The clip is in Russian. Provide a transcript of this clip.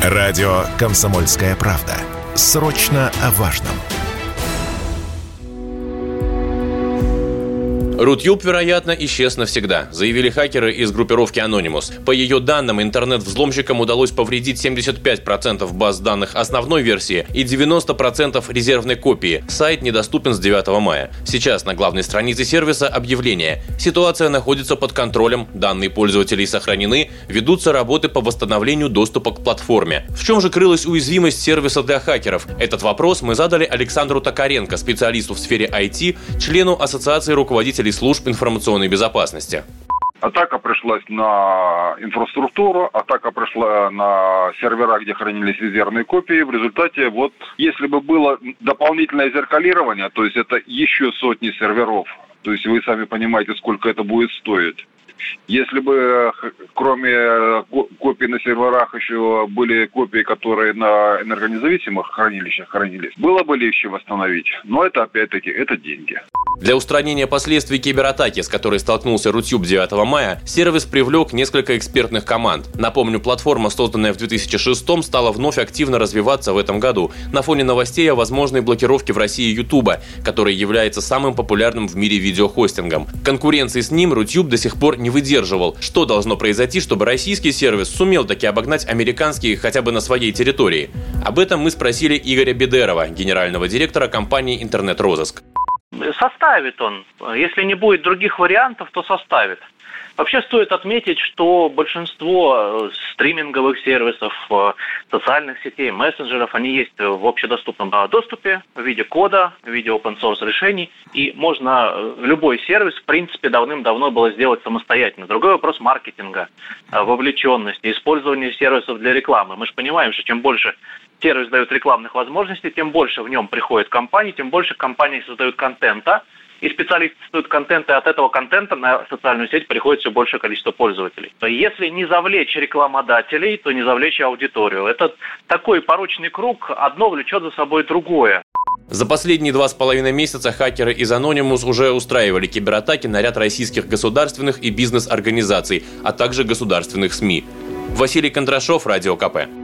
Радио «Комсомольская правда». Срочно о важном. Рутюб, вероятно, исчез навсегда, заявили хакеры из группировки Anonymous. По ее данным, интернет-взломщикам удалось повредить 75% баз данных основной версии и 90% резервной копии. Сайт недоступен с 9 мая. Сейчас на главной странице сервиса объявление. Ситуация находится под контролем, данные пользователей сохранены, ведутся работы по восстановлению доступа к платформе. В чем же крылась уязвимость сервиса для хакеров? Этот вопрос мы задали Александру Токаренко, специалисту в сфере IT, члену Ассоциации руководителей служб информационной безопасности. Атака пришлась на инфраструктуру, атака пришла на сервера, где хранились резервные копии. В результате, если бы было дополнительное зеркалирование, то есть это еще сотни серверов, то есть вы сами понимаете, сколько это будет стоить. Если бы, кроме копий на серверах, еще были копии, которые на энергонезависимых хранилищах хранились, было бы легче восстановить. Но это, опять-таки, это деньги. Для устранения последствий кибератаки, с которой столкнулся Рутюб 9 мая, сервис привлек несколько экспертных команд. Напомню, платформа, созданная в 2006-м, стала вновь активно развиваться в этом году на фоне новостей о возможной блокировке в России Ютуба, который является самым популярным в мире видеохостингом. Конкуренции с ним Рутюб до сих пор не выдерживал. Что должно произойти, чтобы российский сервис сумел таки обогнать американский хотя бы на своей территории? Об этом мы спросили Игоря Бедерова, генерального директора компании «Интернет-розыск». Составит он. Если не будет других вариантов, то составит. Вообще стоит отметить, что большинство стриминговых сервисов, социальных сетей, мессенджеров, они есть в общедоступном доступе в виде кода, в виде open-source решений. И можно любой сервис, в принципе, давным-давно было сделать самостоятельно. Другой вопрос маркетинга, вовлеченности, использования сервисов для рекламы. Мы же понимаем, что чем больше сервис дает рекламных возможностей, тем больше в нем приходит компаний, тем больше компаний создают контента, и специалисты создают контент, и от этого контента на социальную сеть приходит все большее количество пользователей. Если не завлечь рекламодателей, то не завлечь аудиторию. Это такой порочный круг, одно влечет за собой другое. За последние 2,5 месяца хакеры из Anonymous уже устраивали кибератаки на ряд российских государственных и бизнес-организаций, а также государственных СМИ. Василий Кондрашов, Радио КП.